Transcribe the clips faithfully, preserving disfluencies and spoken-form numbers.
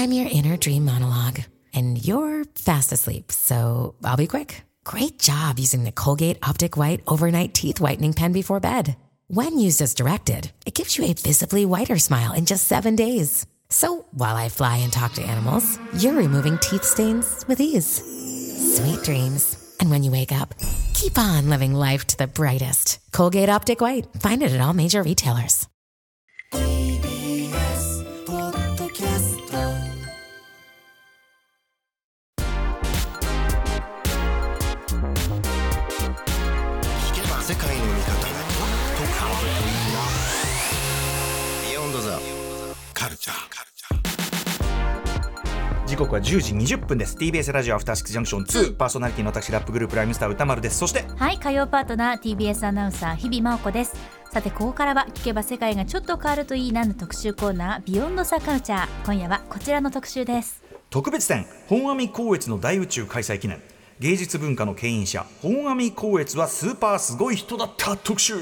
I'm your inner dream monologue, and you're fast asleep, so I'll be quick. Great job using the Colgate Optic White Overnight Teeth Whitening Pen before bed. When used as directed, it gives you a visibly whiter smile in just seven days. So while I fly and talk to animals, you're removing teeth stains with ease. Sweet dreams. And when you wake up, keep on living life to the brightest. Colgate Optic White. Find it at all major retailers. ティービーエス ポッドキャスト聞けば世界の見方がちょっと変わるビヨンドザカルチャー。 時刻はじゅうじにじゅっぷんです。 ティービーエス ラジオアフターシックスジャンクションツー、パーソナリティの私ラップグループライムスター歌丸です。そしてはい、火曜パートナー ティービーエス アナウンサー日々真央子です。さて、ここからは聞けば世界がちょっと変わるといいなの特集コーナービヨンドザカルチャー。今夜はこちらの特集です。 特別展本阿弥光悦の大宇宙開催記念、芸術文化の牽引者本阿弥光悦はスーパーすごい人だった特集。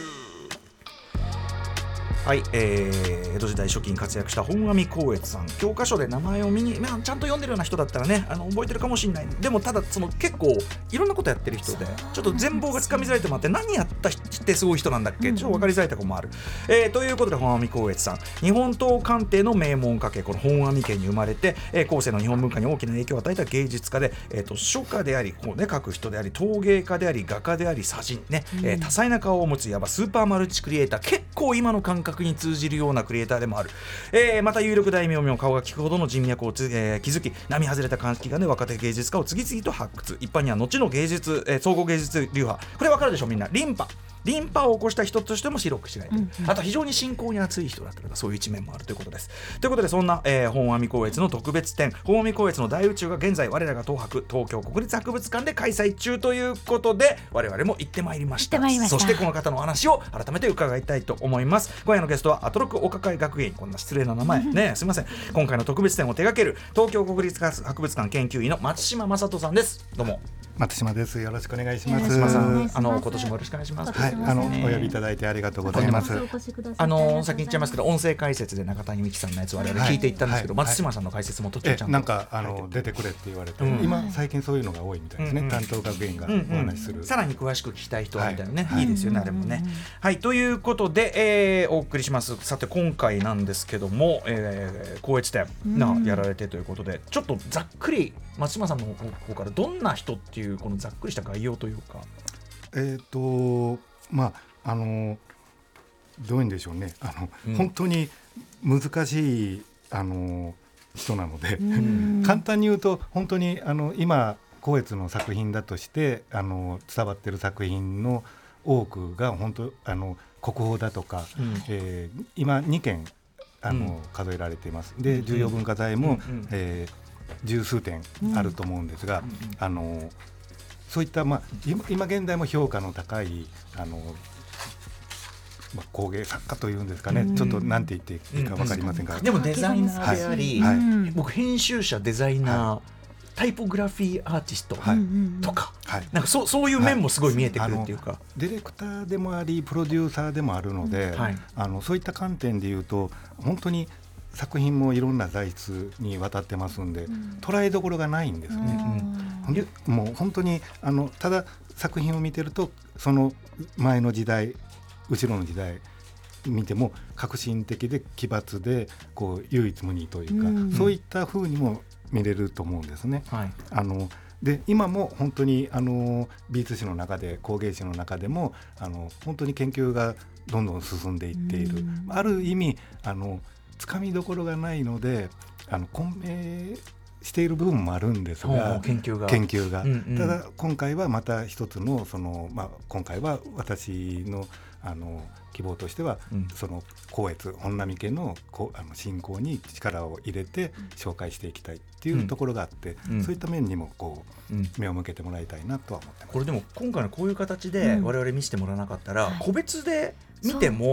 はい、えー、江戸時代初期に活躍した本阿弥光悦さん、教科書で名前を見に、まあ、ちゃんと読んでるような人だったらね、あの覚えてるかもしれない。でもただその結構いろんなことやってる人でちょっと全貌がつかみづらいともあって、何やったってすごい人なんだっけ、ちょっと分かりづらいところもある、えー、ということで本阿弥光悦さん、日本刀鑑定の名門家系、この本阿弥家に生まれて、えー、後世の日本文化に大きな影響を与えた芸術家で、えー、と書家でありこう、ね、書く人であり陶芸家であり画家であり茶人、ねえー、多彩な顔を持ついわばスーパーマルチクリエイター、結構今の感覚に通じるようなクリエイターでもある、えー、また有力大名も顔が利くほどの人脈をつ、えー、築き、並外れた鑑識眼で若手芸術家を次々と発掘、一般には後の芸術、えー、総合芸術流派、これ分かるでしょみんな、リンパリンパを起こした人としても広く知られている、うんうん、あと非常に信仰に熱い人だったらそういう一面もあるということです。ということでそんな、えー、本阿弥光悦の特別展本阿弥光悦の大宇宙が現在我らが東博東京国立博物館で開催中ということで、我々も行ってまいりました。そしてこの方の話を改めて伺いたいと思います。今夜のゲストはアトロクお抱え学芸員、こんな失礼な名前ねすいません。今回の特別展を手掛ける東京国立博物館研究員の松島正人さんです。どうも。 松島です。よろしくお願いします。 松島さん、あの今年もよろしくお願いします。 はい、あのお呼びいただいてありがとうございます。 あの先に言っちゃいますけど、音声解説で中谷美紀さんのやつ我々聞いていったんですけど、はいはい、松島さんの解説も途中ちゃんとなんかあの出てくれって言われて、うん、今最近そういうのが多いみたいですね、うんうん、担当学芸員がお話しする、うんうん、 さらに詳しく聞きたい人みたいなね、はい、いいですよね、あれもね、はい、ということで、えー、お送りします。さて今回なんですけども、えー、光悦展がやられてということで、ちょっとざっくり松島さんの方からどんな人っていうこのざっくりした概要というか、 えっ、ー、とまああのどういうんでしょうね、あの、うん、本当に難しいあの人なので簡単に言うと本当にあの今光悦の作品だとしてあの伝わっている作品の多くが本当あの国宝だとか、うんえー、今にけんあの、うん、数えられています。で重要文化財も、うんえー、十数点あると思うんですが、うん、あのそういった、まあ、今, 今現代も評価の高いあのまあ、工芸作家というんですかね、ちょっとなんて言っていいか分かりませんが、 でもデザイナーであり、はいはい、僕編集者デザイナー、はい、タイポグラフィーアーティストとか、はい、なんか そ, そういう面もすごい見えてくるっていうか、はい、 ディレクターでもありプロデューサーでもあるので、はい、あのそういった観点でいうと本当に作品もいろんな材質にわたってますんで、うん、捉えどころがないんですね、うん、もう本当にあのただ作品を見てるとその前の時代後ろの時代見ても革新的で奇抜でこう唯一無二というか、うん、そういった風にも見れると思うんですね、はい、あので今も本当にあの美術史の中で工芸史の中でもあの本当に研究がどんどん進んでいっている、うん、ある意味あのつかみどころがないのであの混迷している部分もあるんですが、 研究が、 研究が、うんうん、ただ今回はまた一つの、その、まあ、今回は私の、あの希望としては、うん、その光悦本阿弥家のこあの信仰に力を入れて紹介していきたいっていうところがあって、うん、そういった面にもこう、うん、目を向けてもらいたいなとは思ってます。 これでも今回のこういう形で我々見せてもらわなかったら、うん、個別で見ても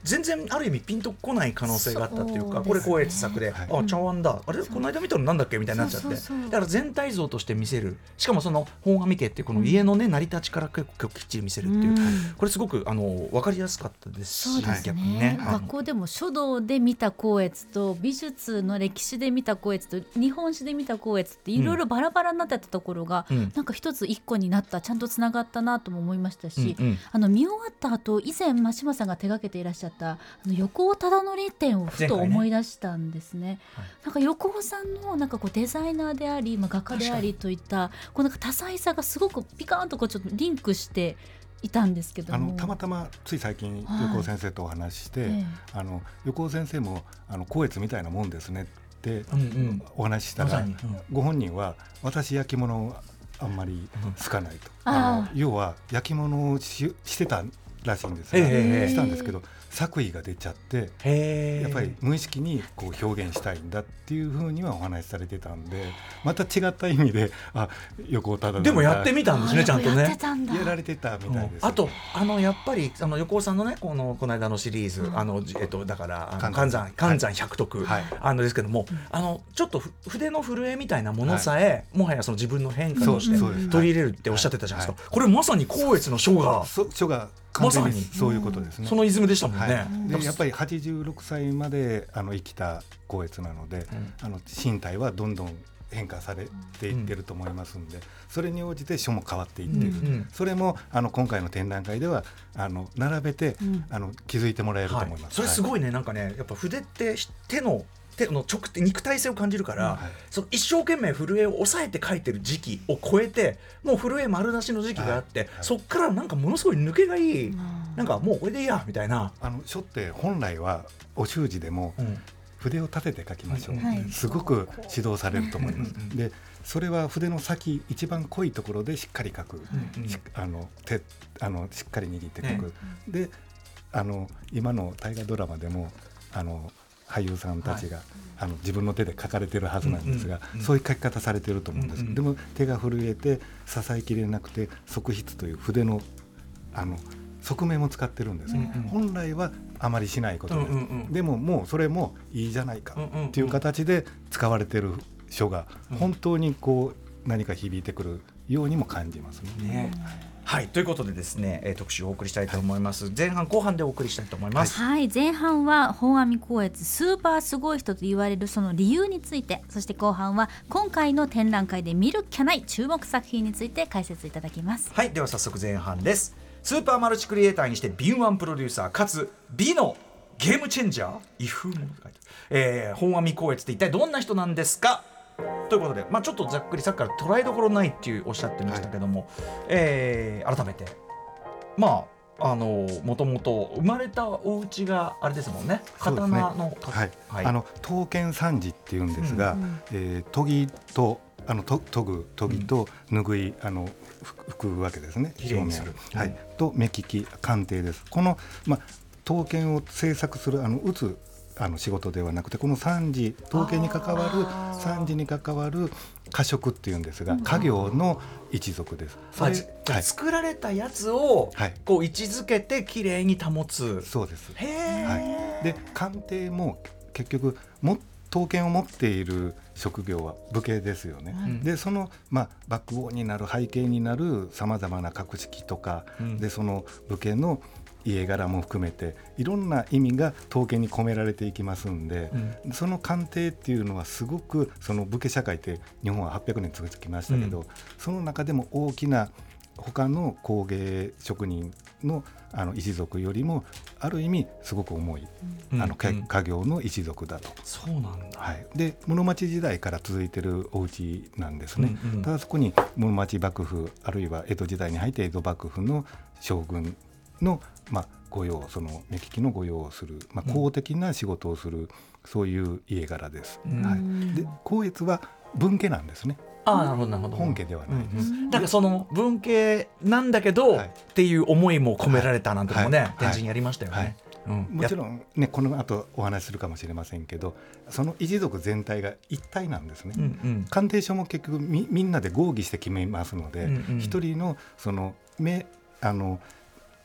全然ある意味ピンとこない可能性があったっていうか、これ光悦作で、はい、あ茶碗だ、あれこの間見たのなんだっけみたいになっちゃって、そうそうそう、だから全体像として見せる、しかもその本阿弥家っていうこの家のね、うん、成り立ちから結構きっちり見せるっていう、うん、これすごくあの分かりやすかったですし、 そうですね、 逆にね、 学校でも書道で見た光悦と美術の歴史で見た光悦と日本史で見た光悦っていろいろバラバラになってたところが、うん、なんか一つ一個になった、ちゃんとつながったなとも思いましたし、うんうん、あの見終わった後、以前真島さんが手掛けていらっしゃったあの横尾忠則展をふと思い出したんですね。はい、なんか横尾さんのなんかこうデザイナーであり、まあ、画家でありといったこうなんか多彩さがすごくピカーンとこうちょっとリンクしていたんですけども、 あのたまたまつい最近横尾先生とお話しして、はい、あの横尾先生もあの光悦みたいなもんですねってお話ししたら、うんうん、ご本人は私焼き物をあんまり好かないと、うん、あの要は焼き物を し, してたらしいんですが、したんですけど作為が出ちゃって、やっぱり無意識にこう表現したいんだっていうふうにはお話しされてたんで、また違った意味であ横尾忠則でもやってみたんですね、ちゃんとねや, やられてたみたいです、 うん、あとあのやっぱりあの横尾さんのねこのこの間のシリーズ、うん、あのえっとだから寒山寒山百徳、はい、あのですけども、うん、あのちょっと筆の震えみたいなものさえ、はい、もはやその自分の変化として取り入れるっておっしゃってたじゃないですか、はいはい、これまさに光悦の書が書がまさにそういうことですね、 そのイズムでしたもんね、 はい、でやっぱりはちじゅうろくさいまであの生きた光悦なので、うん、あの身体はどんどん変化されていってると思いますので、うん、それに応じて書も変わっていってる、うん、それもあの今回の展覧会ではあの並べて、うん、あの気づいてもらえると思います、はい、 それすごいね、なんかねやっぱ筆って手の手の直って肉体性を感じるから、うん、はい、その一生懸命震えを抑えて書いてる時期を超えてもう震え丸出しの時期があって、はいはい、そっからなんかものすごい抜けがいい、うん、なんかもうこれでいいやみたいな、 あの書って本来はお習字でも、うん、筆を立てて書きましょう、うん、すごく指導されると思います、うん、でそれは筆の先一番濃いところでしっかり書く、うん、あの手あのしっかり握って書く、うん、であの今の大河ドラマでもあの俳優さんたちが、はい、あの自分の手で書かれてるはずなんですが、うんうんうん、そういう書き方されてると思うんです、うんうん、でも手が震えて支えきれなくて側筆という筆の、あの側面も使ってるんです、うんうん、本来はあまりしないことです、うんうんうん、でももうそれもいいじゃないかっていう形で使われてる書が本当にこう何か響いてくるようにも感じますね、ね、 はい、ということでですね、えー、特集をお送りしたいと思います、はい、前半後半でお送りしたいと思います、 はい、前半は本阿弥光悦スーパーすごい人と言われるその理由について、そして後半は今回の展覧会で見るっきゃない注目作品について解説いただきます。 はい、では早速前半です。スーパーマルチクリエイターにして敏腕プロデューサーかつ美のゲームチェンジャー威風ものと書いてある、えー、本阿弥光悦って一体どんな人なんですかということで、まあ、ちょっとざっくりさっきから捉えどころないっていうおっしゃってましたけども、はい、えー、改めてまああのもともと生まれたお家があれですもんね、刀の、 はいはい、あの刀剣三次っていうんですが、うん、えー、研ぎとあのと研ぐ研ぎと拭い、うん、あの拭くわけですね、 表面、 はい、うん、と目利き鑑定です。この、まあ、刀剣を製作するあの打つあの仕事ではなくて、この三次刀剣に関わる三次に関わる家職っていうんですが、家業の一族です。 それ、はい、作られたやつをこう位置づけてきれいに保つ、 はい、そうです。 へー、 はい、で鑑定も結局も刀剣を持っている職業は武家ですよね、うん、でその、まあ、バックボーンになる背景になるさまざまな格式とか、うん、でその武家の家柄も含めていろんな意味が刀剣に込められていきますんで、うん、その鑑定っていうのはすごくその武家社会って日本ははっぴゃくねん続きましたけど、うん、その中でも大きな他の工芸職人のあの一族よりもある意味すごく重い、うん、あの家業の一族だと。 そうなんだ、 はい、で室町時代から続いているお家なんですね、うんうん、ただそこに室町幕府あるいは江戸時代に入って江戸幕府の将軍の、まあ、御用その目利きの御用をする、まあ、公的な仕事をする、うん、そういう家柄です、うん、はい、で光悦は文家なんですね。 ああ、なるほどなるほど。 本家ではないです、うん、 だからその文系なんだけど、はい、っていう思いも込められたなんてのもね、はい、展示にやりましたよね、はいはい、 うん、もちろんねこの後お話しするかもしれませんけど、その一族全体が一体なんですね、うんうん、鑑定書も結局 み, みんなで合議して決めますので、うんうん、一人のその目あの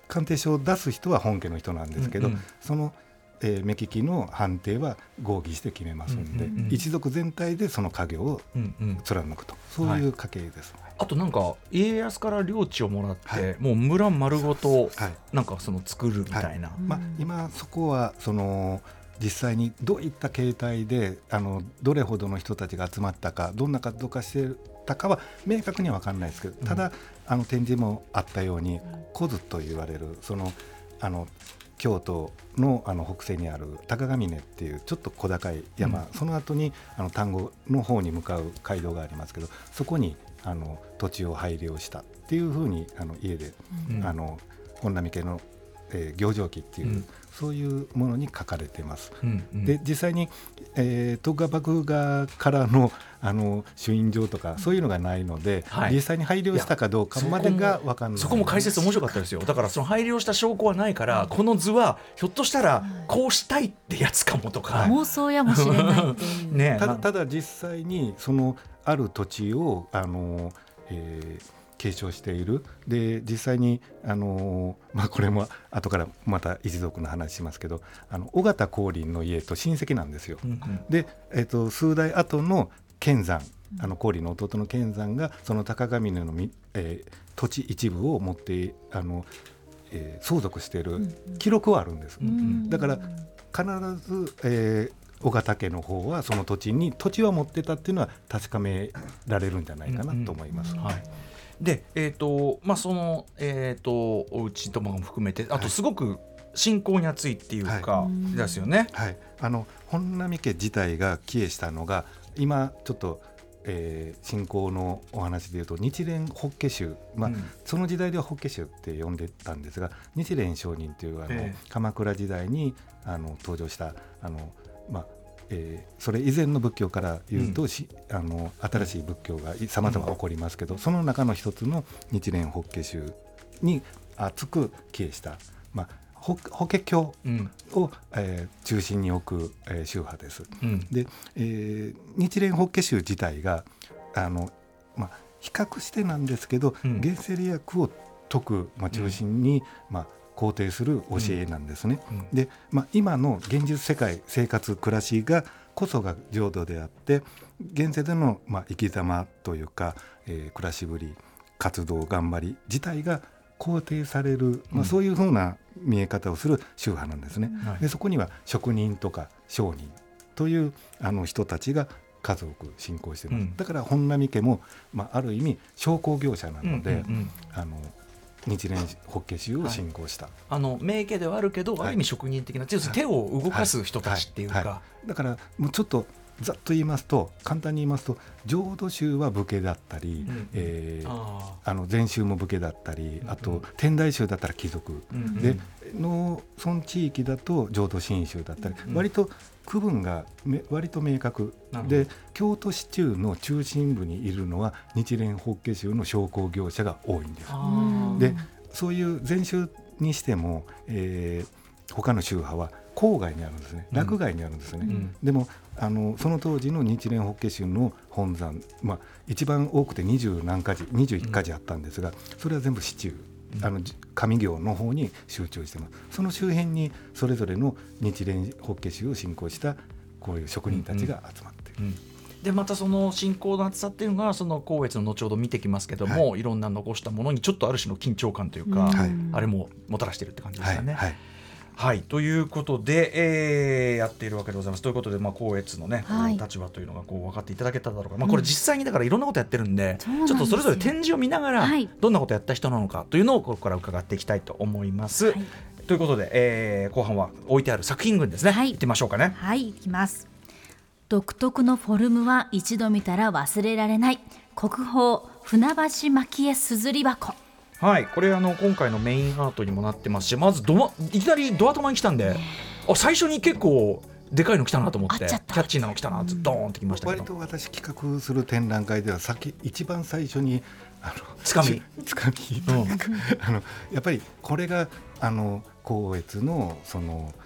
鑑定書を出す人は本家の人なんですけど、うんうん、その、えー、目利きの判定は合議して決めますので、うんうんうん、一族全体でその家業を貫くと、うんうん、そういう家系です、はい。 あとなんか家康から領地をもらって、はい、もう村丸ごとなんかその作るみたいな、はいはい、 まあ、今そこはその実際にどういった形態であのどれほどの人たちが集まったか、どんな活動家してたかは明確には分かんないですけど、ただ、うん、あの展示もあったように小津と言われるそのあの京都 の, あの北西にある高ヶ峰っていうちょっと小高い山、うん、その後にあの丹後の方に向かう街道がありますけど、そこにあの土地を拝領したっていうふうにあの家で、うん、あの本並家の、えー、行状記っていう、うん、そういうものに書かれています、うんうん、で実際に、えー、徳川幕府側からのあの朱印状とかそういうのがないので、はい、実際に拝領したかどうかまでが分かんない。 そこも解説面白かったですよ。だからその拝領した証拠はないから、うん、この図はひょっとしたらこうしたいってやつかもとか、 はい、妄想やもしれないっていう、 ね、ただ、ただ実際にそのある土地をあの、えー継承している。で実際にあの、まあ、これも後からまた一族の話しますけど、あの尾形光琳の家と親戚なんですよ、うんうん、で、えー、と数代後の乾山、あの光琳の弟の乾山がその高ヶ峰の、えー、土地一部を持ってあの、えー、相続している記録はあるんです、うんうん、だから必ず、えー、尾形家の方はその土地に土地は持ってたっていうのは確かめられるんじゃないかなと思います、うんうん、はい。 で、えーとまあ、その、えーとお家とかも含めて、あとすごく信仰に厚いっていうか、はい、ですよね、 はい、あの本並家自体が帰依したのが今ちょっと、えー、信仰のお話でいうと日蓮法華宗、まあうん、その時代では法華宗って呼んでたんですが、日蓮上人というあの、えー、鎌倉時代にあの登場したあの、まあえー、それ以前の仏教から言うと、うん、あの新しい仏教がさまざま起こりますけど、うん、その中の一つの日蓮法華宗に厚く帰依した、まあ、法華経を、うんえー、中心に置く、えー、宗派です、うん、で、えー、日蓮法華宗自体があの、まあ、比較してなんですけど、うん、現世利益を説く、まあ、中心に、うんまあ肯定する教えなんですね、うんうんでまあ、今の現実世界生活暮らしがこそが浄土であって、現世での、まあ、生き様というか、えー、暮らしぶり活動頑張り自体が肯定される、まあ、そういうふうな見え方をする宗派なんですね、うん、でそこには職人とか商人というあの人たちが数多く信仰しています、うん、だから本並家も、まあ、ある意味商工業者なので、うんうんうん、あの日蓮法華宗を信仰した、はい、 あの名家ではあるけど、はい、ある意味職人的な手を動かす人たちっていうか、はいはいはい、 だからもうちょっとざっと言いますと、簡単に言いますと浄土宗は武家だったり、うんえー、ああの禅宗も武家だったり、うん、あと天台宗だったら貴族、うん、で農村地域だと浄土真宗だったり、うん、割と区分が割と明確で、京都市中の中心部にいるのは日蓮法華宗の商工業者が多いんです。でそういう禅宗にしても、えー、他の宗派は郊外にあるんですね、洛外にあるんですね、うん、でもあのその当時の日蓮法華宗の本山、まあ、一番多くて二十何か寺にじゅういちか寺あったんですが、それは全部市中、うん、あの上行の方に集中してます。その周辺にそれぞれの日蓮法華宗を信仰したこういう職人たちが集まっている、うんうんでまたその信仰の厚さっていうのがその光悦の後ほど見てきますけども、はい、いろんな残したものにちょっとある種の緊張感というか、はい、あれももたらしているって感じですかね。はいはいはい、ということで、えー、やっているわけでございます。ということで、まあ、光悦の、ねはい、立場というのがこう分かっていただけただろうか、まあ、これ実際にだからいろんなことやってるんで、うん、ちょっとそれぞれ展示を見ながら、はい、どんなことやった人なのかというのをここから伺っていきたいと思います、はい、ということで、えー、後半は置いてある作品群ですね、はい、行ってみましょうかね。 はい、行きます。独特のフォルムは一度見たら忘れられない国宝船橋蒔絵すずり箱。 はい、これあの今回のメインアートにもなってますし、まずドマいきなりドア頭に来たんで、あ最初に結構でかいの来たなと思って、キャッチーなの来たなってドーンってきましたけど、 割と私企画する展覧会では先一番最初にあのつかみつかみというか、うん、あのやっぱりこれがあの光悦のその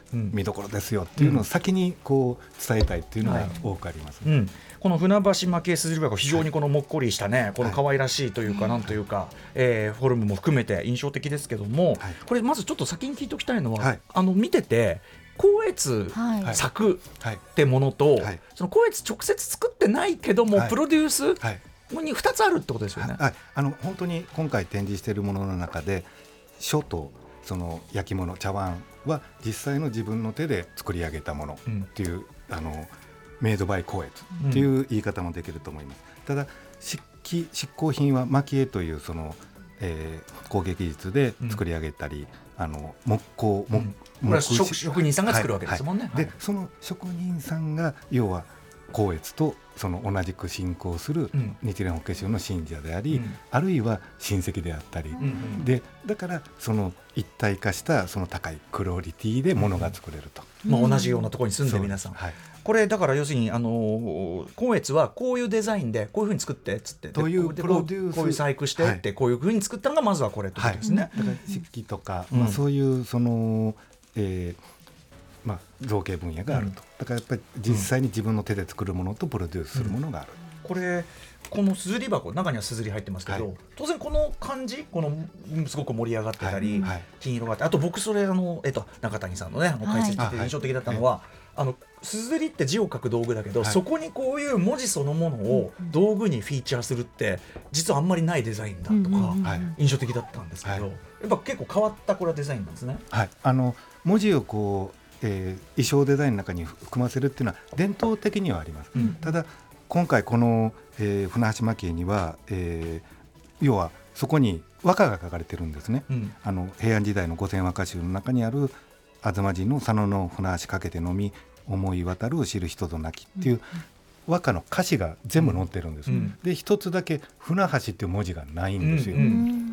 見どころですよっていうのを先にこう伝えたいっていうのが多くありますね、 うん、この船橋蒔絵すずり箱、非常にこのもっこりしたね、この可愛らしいというか、なんというか、えー、フォルムも含めて印象的ですけども、はい、これまずちょっと先に聞いておきたいのは、はい、あの見てて光悦作ってものと、はいはい、その光悦直接作ってないけども、はい、プロデュース、はいにふたつあるってことですよね。 はい、あの本当に今回展示しているものの中で書とその焼き物茶碗は実際の自分の手で作り上げたものっていう、うん、あのメイドバイ光悦っていう言い方もできると思います、うん、ただ漆器漆工品は蒔絵というその、えー、工芸技術で作り上げたり、うん、あの木工、うん、木これは 職, 職人さんが作るわけですもんね、 はいはい、でその職人さんが要は光悦とその同じく信仰する日蓮法華宗の信者であり、うん、あるいは親戚であったり、うん、でだからその一体化したその高いクオリティでものが作れると、 うんまあ、同じようなところに住んで皆さん、はい、これだから要するにあの光悦はこういうデザインでこういうふうに作ってっつってというプロデュースこういう細工してってこういうふうに作ったのがまずはこれってことですね、 はい、だから漆器とか、うんまあ、そういうその、えーまあ、造形分野があると、うん、だからやっぱり実際に自分の手で作るものとプロデュースするものがある、 うん、これこのすずり箱中にはすずり入ってますけど、はい、当然この感じこのすごく盛り上がってたり、はい、金色があってあと僕それあの、えっと、中谷さんのねあの解説聞いて印象的だったのは、はい、あのすずりって字を書く道具だけど、はい、そこにこういう文字そのものを道具にフィーチャーするって実はあんまりないデザインだとか、はい、印象的だったんですけど、はい、やっぱ結構変わったこれはデザインなんですね、 はい、あの文字をこうえー、衣装デザインの中に含ませるっていうのは伝統的にはあります、うん、ただ今回この、えー、船橋蒔絵には、えー、要はそこに和歌が書かれてるんですね、うん、あの平安時代の五千和歌集の中にある東寺の佐野の船橋かけてのみ思い渡る知る人ぞなきっていう、うん和歌の歌詞が全部載ってるんです、うん、で一つだけ船橋っていう文字がないんですよ、うんうん、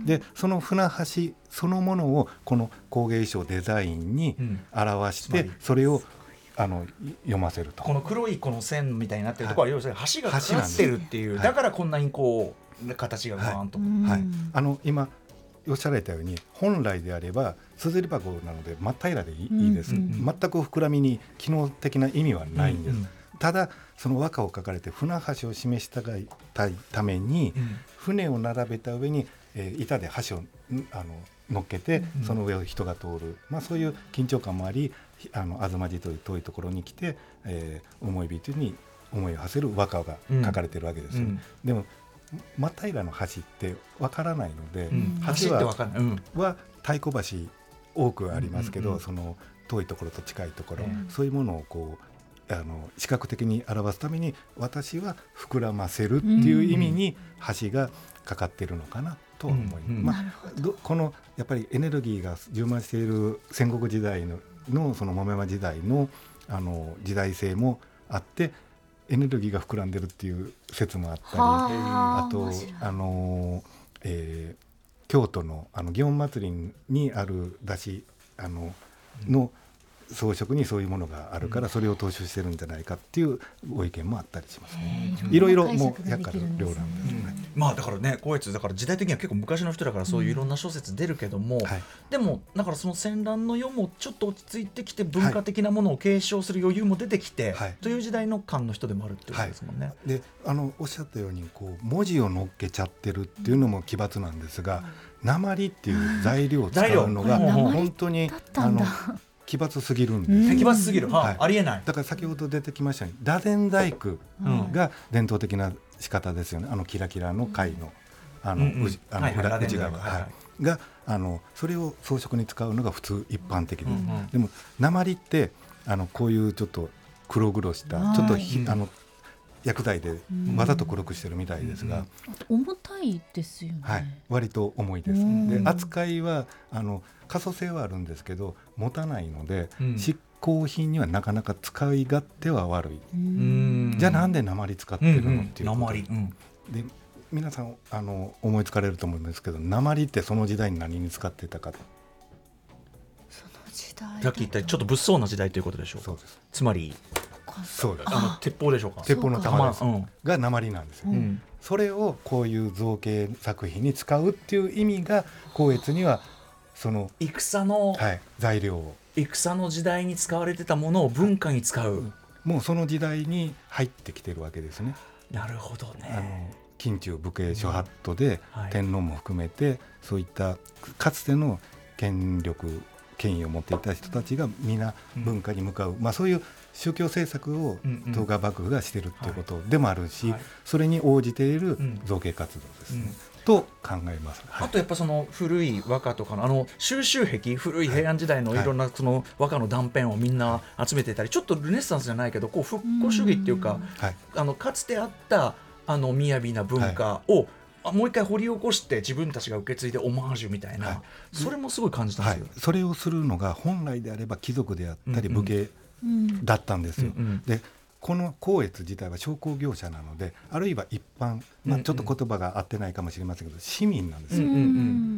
でその船橋そのものをこの工芸衣装デザインに表して、うん、それをあの読ませるとこの黒いこの線みたいになってるところは要するに橋がかかってるっていう、はい、だからこんなにこう形がバーンと、 はいはい、あの今おっしゃられたように本来であればすずり箱なので真っ平らでいいです、うんうん、全く膨らみに機能的な意味はないんです、うんうんただその和歌を書かれて船橋を示したいために、うん、船を並べた上に、えー、板で橋をあの乗っけて、うん、その上を人が通る、まあ、そういう緊張感もありあの東寺という遠いところに来て、えー、思い人に思いを馳せる和歌が書かれているわけですよ、うん、でも真平らの橋ってわからないので、うん、橋は、うん、は太鼓橋多くありますけど、うんうん、その遠いところと近いところ、うん、そういうものをこうあの視覚的に表すために私は膨らませるっていう意味に橋がかかっているのかなと思います、うんうんまあ、このやっぱりエネルギーが充満している戦国時代 の, のその豆山時代 の, あの時代性もあってエネルギーが膨らんでるっていう説もあったりあとあの、えー、京都 の, あの祇園祭りにある出汁あのの、うん装飾にそういうものがあるからそれを踏襲してるんじゃないかっていうご意見もあったりしますね。いろいろもうやっかる量なんですね、 うん、まあだからね光悦だから時代的には結構昔の人だからそういういろんな諸説出るけども、うんはい、でもだからその戦乱の世もちょっと落ち着いてきて文化的なものを継承する余裕も出てきて、はい、という時代の感の人でもあるってことですもんね、はい、 であのおっしゃったようにこう文字を乗っけちゃってるっていうのも奇抜なんですが、うん、鉛っていう材料を使うのが本当にあの奇抜すぎるんです。 奇抜すぎる、はい、ありえない。 だから先ほど出てきましたように螺鈿細工が伝統的な仕方ですよね。あのキラキラの貝のあの内側があのそれを装飾に使うのが普通一般的です、うんうん、でも鉛ってあのこういうちょっと黒々したちょっとひ、うん、あの薬剤でわざと黒くしてるみたいですが、 うんうん、重たいですよね、 はい、割と重いです、うん、で扱いはあの可塑性はあるんですけど持たないので、うん、漆工品にはなかなか使い勝手は悪い、うん、じゃあなんで鉛使ってるの、うんうん、っていうことで、うん、で皆さんあの思いつかれると思うんですけど鉛ってその時代に何に使ってたかその時代さっき言ったちょっと物騒な時代ということでしょうか。そうです。つまりそうです。 あの鉄砲でしょうか。 鉄砲の弾です、うん、が鉛なんですよ、うん、それをこういう造形作品に使うっていう意味が光悦にはその戦の、 はい、材料戦の時代に使われてたものを文化に使う、 もうその時代に入ってきてるわけですね。 なるほどね。 あの近中武家諸法度で、 うんはい、 天皇も含めてそういったかつての権力権威を持っていた人たちが皆文化に向かう、うんまあ、そういう宗教政策を東海幕府がしているということでもあるし、 はいはい、 それに応じている造形活動ですね、うん、と考えます、はい、 あとやっぱその古い和歌とかのあの収集癖、古い平安時代のいろんなその和歌の断片をみんな集めてたり、ちょっとルネッサンスじゃないけどこう復古主義っていうか、はい、あのかつてあったあの雅な文化を、はい、もう一回掘り起こして自分たちが受け継いでオマージュみたいな、はい、それもすごい感じたんですよ、 はい、それをするのが本来であれば貴族であったり武家だったんですよ、うんうん、でこの光悦自体は商工業者なので、あるいは一般、まあ、ちょっと言葉が合ってないかもしれませんけど、市民なんですよ、うんうん、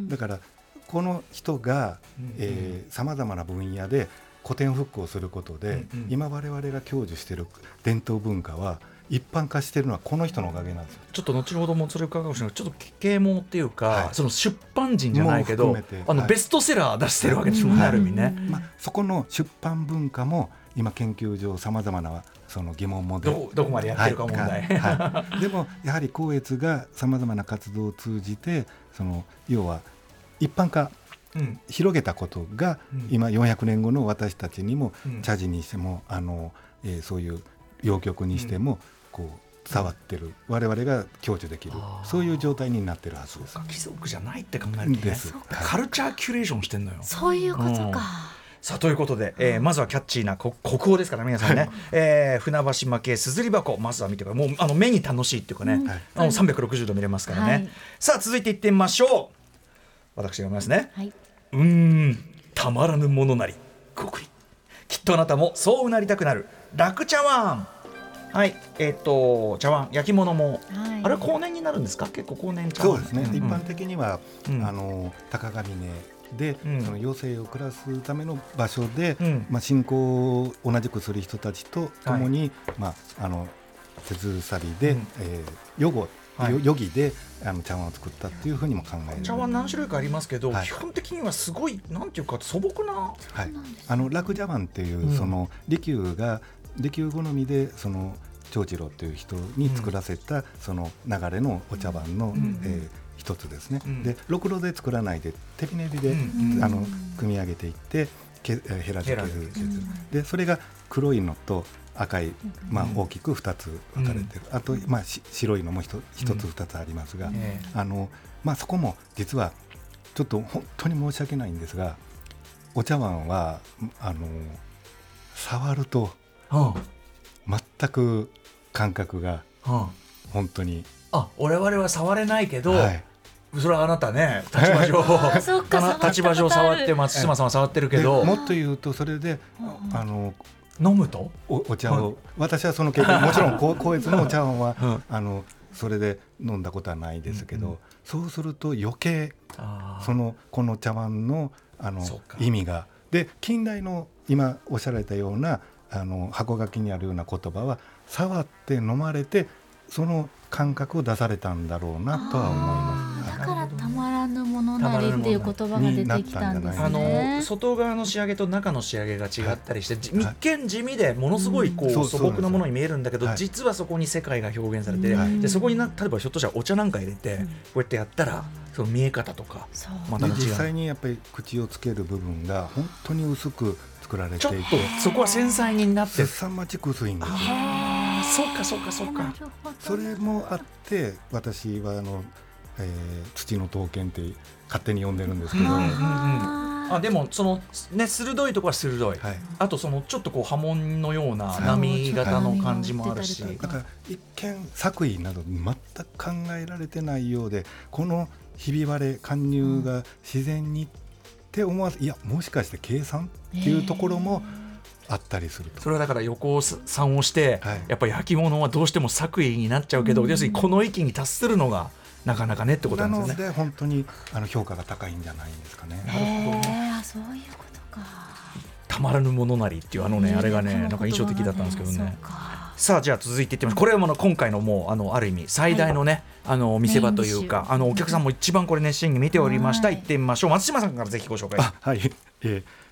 だからこの人がさまざまな分野で古典復興することで、うんうん、今我々が享受している伝統文化は一般化しているのはこの人のおかげなんですよ。 ちょっと後ほどもそれ伺うかもしれないけど、ちょっと啓蒙っていうか、はい、その出版人じゃないけどあの、はい、ベストセラー出してるわけですもんね、ある意味ね、 まあ、そこの出版文化も今研究上さまざまなその疑問も出ど, どこまでやってるか問題、はいはい、でもやはり光悦がさまざまな活動を通じてその要は一般化、うん、広げたことが、うん、今よんひゃくねんごの私たちにも、うん、茶事にしてもあの、えー、そういう謡曲にしても、うんこう伝わってる、我々が享受できる、そういう状態になってるはずです。 貴族じゃないって考えるとね、カルチャーキュレーションしてんのよ。 そういうことか、うん、 さあということで、えー、まずはキャッチーな国宝ですから皆さんね、はいえー、船橋蒔絵すずり箱、まずは見てください。もうあの目に楽しいっていうかね、うん、あのさんびゃくろくじゅうど見れますからね、はい、さあ続いていってみましょう。私が読みますね、はい、うーんたまらぬものなり極意、きっとあなたもそうなりたくなる楽茶碗。はい、えー、と茶碗焼き物も、はい、あれは後年になるんですか。結構後年茶碗。 そうですね、うん、一般的には、うん、あの高ヶ峰で、うん、その余生を暮らすための場所で、うんまあ、信仰を同じくする人たちと共に、はいまあ、あの手ずさりで、うんえー、予後はい、余儀であの茶碗を作ったっていうふうにも考える。 茶碗何種類かありますけど、はい、基本的にはすごいなんていうか素朴な、はい、 あの楽茶碗っていう、うん、その利休が利休好みでその長次郎という人に作らせた、うん、その流れのお茶碗の、うんえー、一つですね、うん、でろくろで作らないで手びねりで、うん、あの組み上げていってけヘラで削る、うん、でそれが黒いのと赤い、まあ、大きくふたつ分かれてる、うん、あと、まあ、白いのもひとつふたつありますが、うんあのまあ、そこも実はちょっと本当に申し訳ないんですが、お茶碗はあの触ると全く感覚が本当に、 あ、我々は触れないけど、はい、それはあなたね立場上立場上触って松島さんは触ってるけど、 もっと言うとそれであの飲むとお, お茶を、はい、私はその経験もちろん光悦のお茶碗は、うん、あのそれで飲んだことはないですけど、うんうん、そうすると余計そのこの茶碗 の, あの意味がで、近代の今おっしゃられたようなあの箱書きにあるような言葉は触って飲まれてその感覚を出されたんだろうなとは思います。 だからたまらぬものなりっていう言葉が出てきたんですね。 あの外側の仕上げと中の仕上げが違ったりして、はい、一見地味でものすごいこう、うん、素朴なものに見えるんだけど、はい、実はそこに世界が表現されて、はい、でそこにな例えばひょっとしたらお茶なんか入れて、うん、こうやってやったらその見え方とかまた違う。実際にやっぱり口をつける部分が本当に薄く作られていて、 ちょっとそこは繊細になってすさまじく薄いんですよ。 そうかそうかそうか。 それもあって私はあの、えー、土の刀剣って勝手に呼んでるんですけど、うんうんうん、 あでもその、ね、鋭いところは鋭い、はい、あとそのちょっとこう波紋のような波型の感じもあるし、 だから一見作為など全く考えられてないようで、このひび割れ貫入が自然にって思わず、いやもしかして計算っていうところもあったりすると。 それはだから横算をして、はい、やっぱり焼き物はどうしても作為になっちゃうけど、うん、要するにこの域に達するのがなかなかねってことなんですよね。 なので本当にあの評価が高いんじゃないんですかね。 なるほどね。そういうことか。 たまらぬものなりっていうあのね、あれがねなんか印象的だったんですけどね。さあじゃあ続いていってみます。これはもう今回のもう あのある意味最大のね、はい、あの見せ場というか、あのお客さんも一番これ熱心に見ておりました。行ってみましょう。松島さんからぜひご紹介。 あ、はい、えー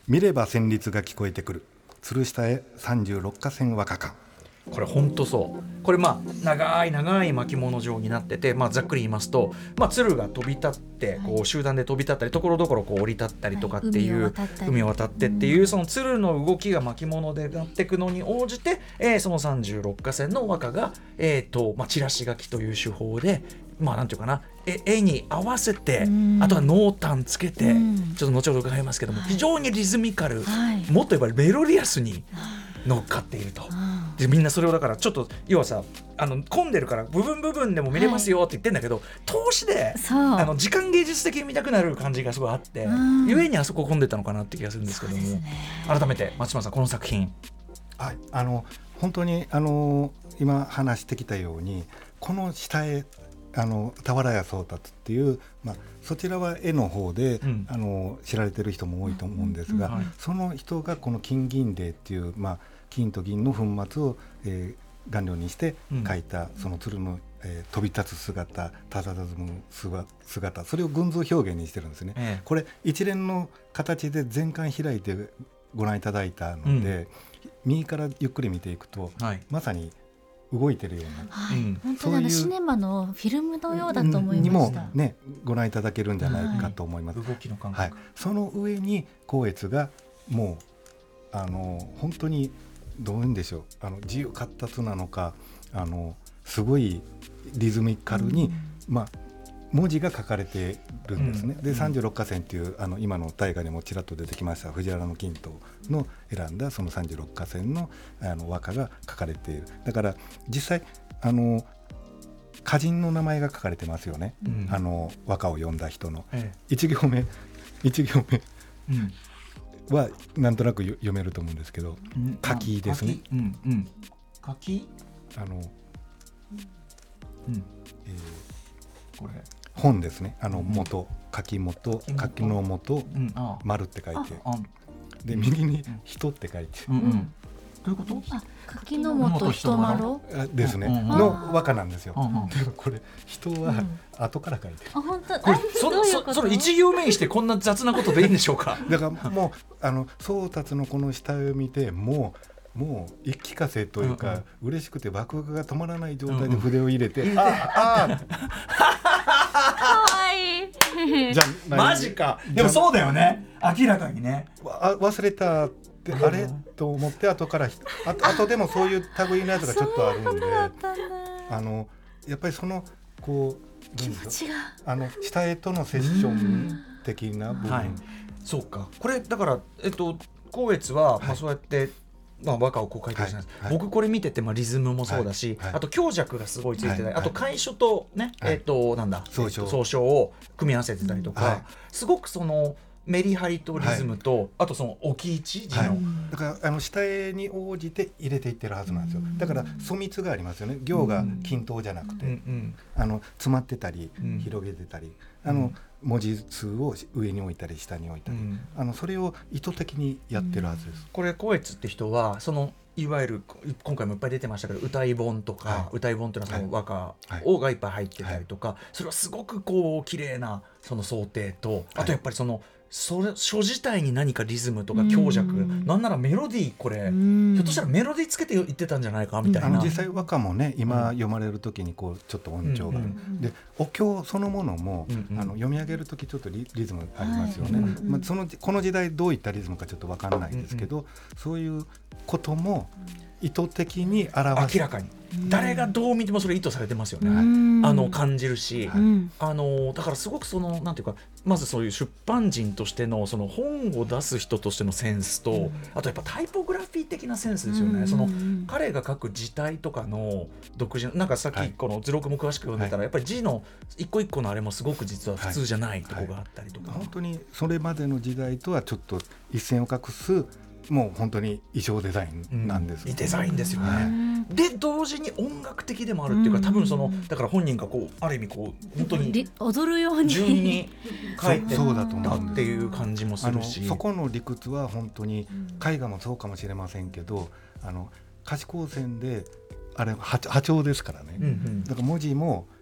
見れば旋律が聞こえてくる鶴下へさんじゅうろっかせん和歌館。 これ本当そうこれまあ長い長い巻物状になってて、まあ、ざっくり言いますと、まあ、鶴が飛び立ってこう集団で飛び立ったりところどころこう降り立ったりとかっていう、はい、海を渡ってっていう、うん、その鶴の動きが巻物でなっていくのに応じて、えー、そのさんじゅうろっかせんの和歌が、えーとまあ、チラシ書きという手法でまあなんていうかなえ絵に合わせて、うん、あとは濃淡つけて、うん、ちょっと後ほど伺いますけども、はい、非常にリズミカル、はい、もっと言えばメロディアスに乗っかっていると、でみんなそれをだからちょっと要はさあの混んでるから部分部分でも見れますよって言ってんだけど、はい、投資であの時間芸術的に見たくなる感じがすごいあって、ゆえにあそこ混んでたのかなって気がするんですけども、ね、改めて松島さんこの作品、 はい、あの本当にあの今話してきたようにこの下絵あの俵屋宗達っていう、まあ、そちらは絵の方で、うん、あの知られてる人も多いと思うんですが、うんはい、その人がこの金銀泥っていう、まあ、金と銀の粉末を、えー、顔料にして描いた、うん、その鶴の、えー、飛び立つ姿たたたむ姿、それを群像表現にしてるんですね、ええ、これ一連の形で全巻開いてご覧いただいたので、うん、右からゆっくり見ていくと、はい、まさに動いてるような、 はいうん、本当にあのシネマのフィルムのようだと思いました。 にも、ね、ご覧いただけるんじゃないかと思います、 はい、動きの感覚、 はい、その上に光悦がもうあの本当にどういうんでしょう、あの自由闊達なのかあのすごいリズミカルに、うんまあ、文字が書かれてるんですね、うん、でさんじゅうろっかせんっていうあの今の大河にもちらっと出てきました藤原金藤の選んだそのさんじゅうろっかせん の, あの和歌が書かれている。だから実際あの歌人の名前が書かれてますよね、うん、あの和歌を読んだ人の、ええ、いち行目いち行目、うんはなんとなく読めると思うんですけど、うん、柿ですね。 柿、うんうん、柿あの、うんえー、これ本ですね。あの元、柿本、柿の元、うん、丸って書いて、で右に人って書いて、 うんうん、どういうこと？ あ、柿の元人丸ですね、うんうん、の和歌なんですよ。うんうん、でもこれ人は後から書いてる。 あ、本当。 これそのそその一行目にしてこんな雑なことでいいんでしょうか？ だからもうあの宗達のこの下絵を見てもうもう一気かせというか、うんうん、嬉しくてワクワクが止まらない状態で筆を入れて、うんうん、ああかわいいじゃマジか。でもそうだよね、明らかにねわ忘れたってあれと思って後からあ後でもそういう類のやつがちょっとあるんであのやっぱりそのこう気持ちがあの下絵とのセッション的な部分、はい、 そうか。これだからえっと光悦は、はいまあ、そうやってまあ、和歌をこう書いてるじゃないですか、はいはい、僕これ見てて、まあ、リズムもそうだし、はいはい、あと強弱がすごいついてたり、はいはい、あと楷書とね、はい、えっとなんだ総書、えっと、を組み合わせてたりとか、はい、すごくそのメリハリとリズムと、はい、あとその置き位置字の、はい、 だからあの下絵に応じて入れていってるはずなんですよ。だから粗密がありますよね。行が均等じゃなくて、うんうん、あの詰まってたり、うん、広げてたり、あの文字数を上に置いたり下に置いたり、うん、あのそれを意図的にやってるはずです、うん、 これ光悦って人はそのいわゆる今回もいっぱい出てましたけど歌い本とか、はい、歌い本っていうのはその和歌をがいっぱい入ってたりとか、はい、それはすごくこう綺麗なその想定と、あとやっぱりそのそれ書自体に何かリズムとか強弱、なんならメロディー、これひょっとしたらメロディーつけて言ってたんじゃないかみたいな。あの実際和歌もね今読まれる時にこうちょっと音調が、うんうん、でお経そのものも、うんうん、あの読み上げる時ちょっと リ, リズムありますよね、はいまあ、そのこの時代どういったリズムかちょっと分かんないんですけど、うんうん、そういうことも意図的に表す。 明らかに誰がどう見てもそれ意図されてますよね、うん、あの感じるし、はい、あのだからすごくそのなんていうか、まずそういう出版人としてのその本を出す人としてのセンスと、うん、あとやっぱタイポグラフィー的なセンスですよね、うん、その彼が書く字体とかの独自のなんかさっきこの図録も詳しく読んでたら、はい、やっぱり字の一個一個のあれもすごく実は普通じゃないとこがあったりとか、 はいはい、本当にそれまでの時代とはちょっと一線を画すもう本当に衣装デザインなんです、 うん、いいデザインですよね、はい、で同時に音楽的でもあるっていうか、多分そのだから本人がこうある意味こう本当に踊るように順に書いてたっていう感じもするし、 そこの理屈は本当に絵画もそうかもしれませんけど、あの可視光線であれ波長ですからね、うんうん、だから文字も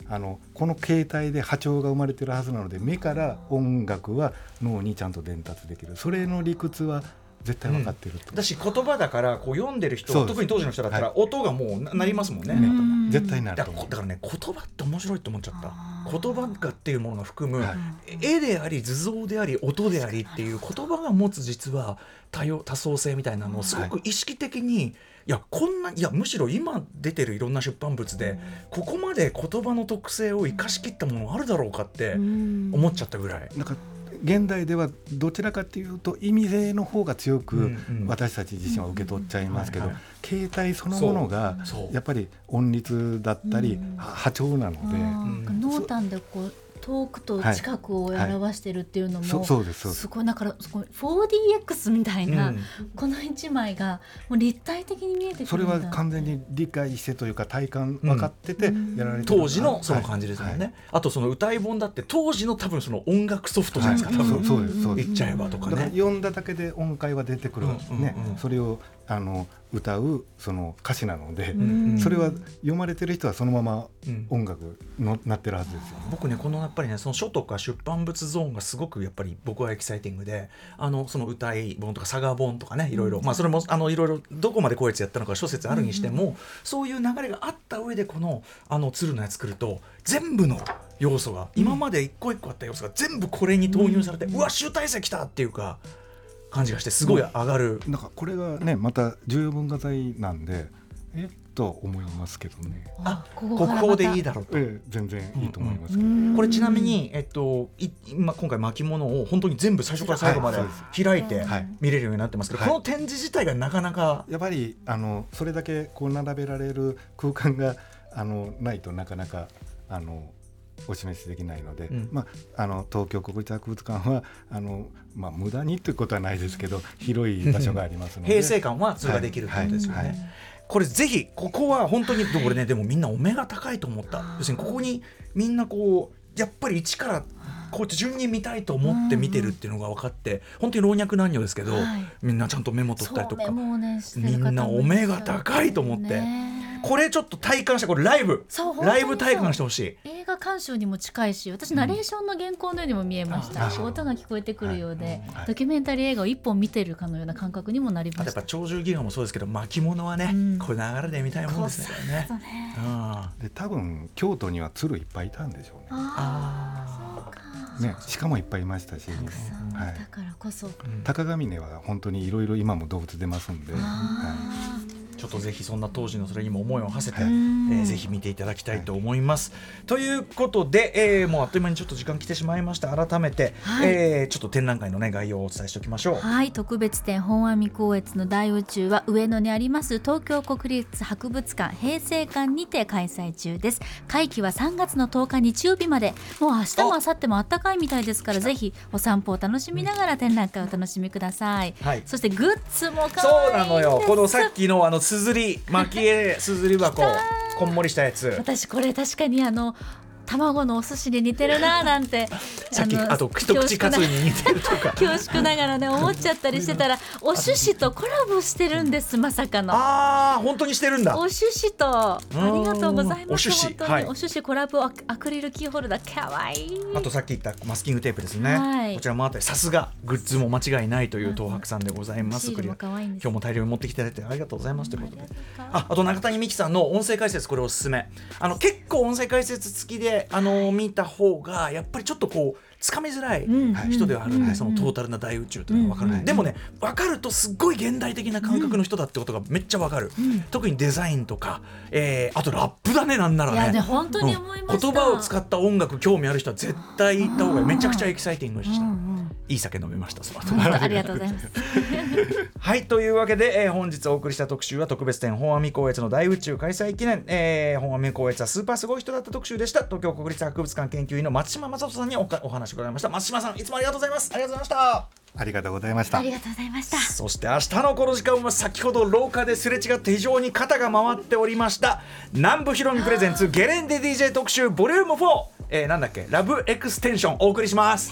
あのこの形態で波長が生まれてるはずなので、目から音楽は脳にちゃんと伝達できる、それの理屈は絶対分かってると、 うん、だし言葉だからこう読んでる人は特に当時の人だったら音がもうなりますもんね、 うん、絶対なると思う。 だからね言葉って面白いと思っちゃった。言葉がっていうものが含む、はい、絵であり図像であり音でありっていう言葉が持つ実は多様多層性みたいなのをすごく意識的に、はい、いやこんないやむしろ今出てるいろんな出版物で、うん、ここまで言葉の特性を生かしきったものがあるだろうかって思っちゃったぐらい、 なんか現代ではどちらかというと意味性の方が強く私たち自身は受け取っちゃいますけど、形態そのものがやっぱり音律だったり波長なので、 濃淡でこう遠くと近くを表してるっていうのも、はいはい、そうですすごいだから フォーディーエックス みたいな、うん、この一枚がもう立体的に見えてくるんだ。 それは完全に理解してというか体感分かっててやられてる、 うん、当時のその感じですよね、はい、あとその歌い本だって当時の多分その音楽ソフトじゃないですか、はい、多分そうですそうです言っちゃえばとかね、 だから読んだだけで音階は出てくる、うんうんうんね、それをあの歌うその歌詞なので、うん、それは読まれてる人はそのまま音楽の、うん、なってるはずですよね。 僕ねこのやっぱりねその書とか出版物ゾーンがすごくやっぱり僕はエキサイティングで、あのその歌い本とか佐賀本とかねいろいろ、まあそれもあのいろいろどこまでこいつやったのか諸説あるにしても、うん、そういう流れがあった上でこのあの鶴のやつ作ると全部の要素が、今まで一個一個あった要素が全部これに投入されて、うん、うわ集大成きたっていうか感じがしてすごい上がる、 うん、なんかこれがねまた重要文化財なんでえっと思いますけどね。 あ、国宝でいいだろうと、 ええ、全然いいと思いますけど、 うんうん、これちなみに、えっと、い今今回巻物を本当に全部最初から最後まで開いて見れるようになってますけど、はい、この展示自体がなかなかやっぱりあのそれだけこう並べられる空間があのないとなかなかあのお示しできないので、うんまあ、あの東京国立博物館はあの、まあ、無駄にということはないですけど広い場所がありますので平成感はそれができるということですよね、はいはいはい、これぜひここは本当にこれねでもみんなお目が高いと思った。要するにここにみんなこうやっぱり一からこうやって順に見たいと思って見てるっていうのが分かって、本当に老若男女ですけど、はい、みんなちゃんとメモ取ったりとか、ね、みんなお目が高いと思って、ね、これちょっと体感してこれライブライブ体感してほしい。 映画鑑賞にも近いし、私ナレーションの原稿のようにも見えました、うん、音が聞こえてくるようで、はい、ドキュメンタリー映画を一本見てるかのような感覚にもなりました。 あとやっぱ鳥獣戯画もそうですけど巻物はね、うん、こういう流れで見たいもんですよね。 ね、うん、で多分京都には鶴いっぱいいたんでしょうね。ああそうかね、鹿もいっぱいいましたし、 たくさん、はい、だからこそ、うん、 鷹ヶ峰は本当にいろいろ今も動物出ますんで、はい、ちょっとぜひそんな当時のそれにも思いを馳せて、はいえー、ぜひ見ていただきたいと思います、はい、ということで、えー、もうあっという間にちょっと時間来てしまいました。改めて、はいえー、ちょっと展覧会の、ね、概要をお伝えしておきましょう。 はい、特別展本阿弥光悦の大宇宙は上野にあります東京国立博物館平成館にて開催中です。会期はさんがつのとおか日曜日まで、もう明日も明後日もあったかいみたいですから、ぜひお散歩を楽しみながら展覧会をお楽しみください、はい、そしてグッズも可愛いです。 そうなのよ、このさっきのあのすずり蒔絵すずり箱こんもりしたやつ、 私これ確かにあの卵のお寿司に似てるななんてさっき あ, あと一口カツに似てるとか恐縮ながらね思っちゃったりしてたらお寿司とコラボしてるんです。まさかのあー本当にしてるんだ。 お寿司とありがとうございます。 お寿司本当に、はい、お寿司コラボアクリルキーホルダーかわいい。 あとさっき言ったマスキングテープですね、はい、こちらもあってさすがグッズも間違いないという東博さんでございます。 シールも可愛いんです。 今日も大量に持ってきていただいてありがとうございますということで、あ, あと中谷美紀さんの音声解説これおすすめ。あの結構音声解説付きであの見た方がやっぱりちょっとこうつかみづらい人ではあるんで、うん、そのトータルな大宇宙というのが分かる、うん、でもね分かるとすっごい現代的な感覚の人だってことがめっちゃ分かる、うん、特にデザインとか、えー、あとラップだね。なんならね、 いやね本当に思いました、 うん、言葉を使った音楽興味ある人は絶対行った方がめちゃくちゃエキサイティングでした、うんうん、いい酒飲めましたその後ありがとうございますはいというわけで、えー、本日お送りした特集は特別展本阿弥光悦の大宇宙開催記念、えー、本阿弥光悦はスーパーすごい人だった特集でした。東京国立博物館研究員の松島正人さんに お, お話を伺いました。松島さんいつもありがとうございます。ありがとうございました。 ありがとうございました。 ありがとうございました。 そして明日のこの時間は先ほど廊下ですれ違って非常に肩が回っておりました南部ひろみプレゼンツゲレンデ ディージェー 特集ボリュームフォー、えー、なんだっけラブエクステンションお送りします。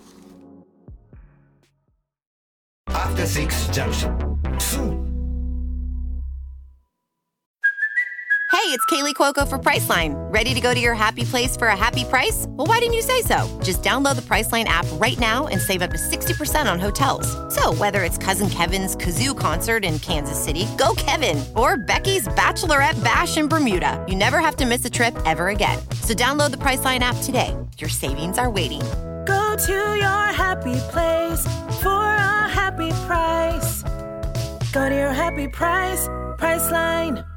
アフターシックスジャンクションツー it's Kaylee Cuoco for Priceline. Ready to go to your happy place for a happy price? Well, why didn't you say so? Just download the Priceline app right now and save up to sixty percent on hotels. So whether it's Cousin Kevin's Kazoo Concert in Kansas City, go Kevin, or Becky's Bachelorette Bash in Bermuda, you never have to miss a trip ever again. So download the Priceline app today. Your savings are waiting. Go to your happy place for a happy price. Go to your happy price, Priceline.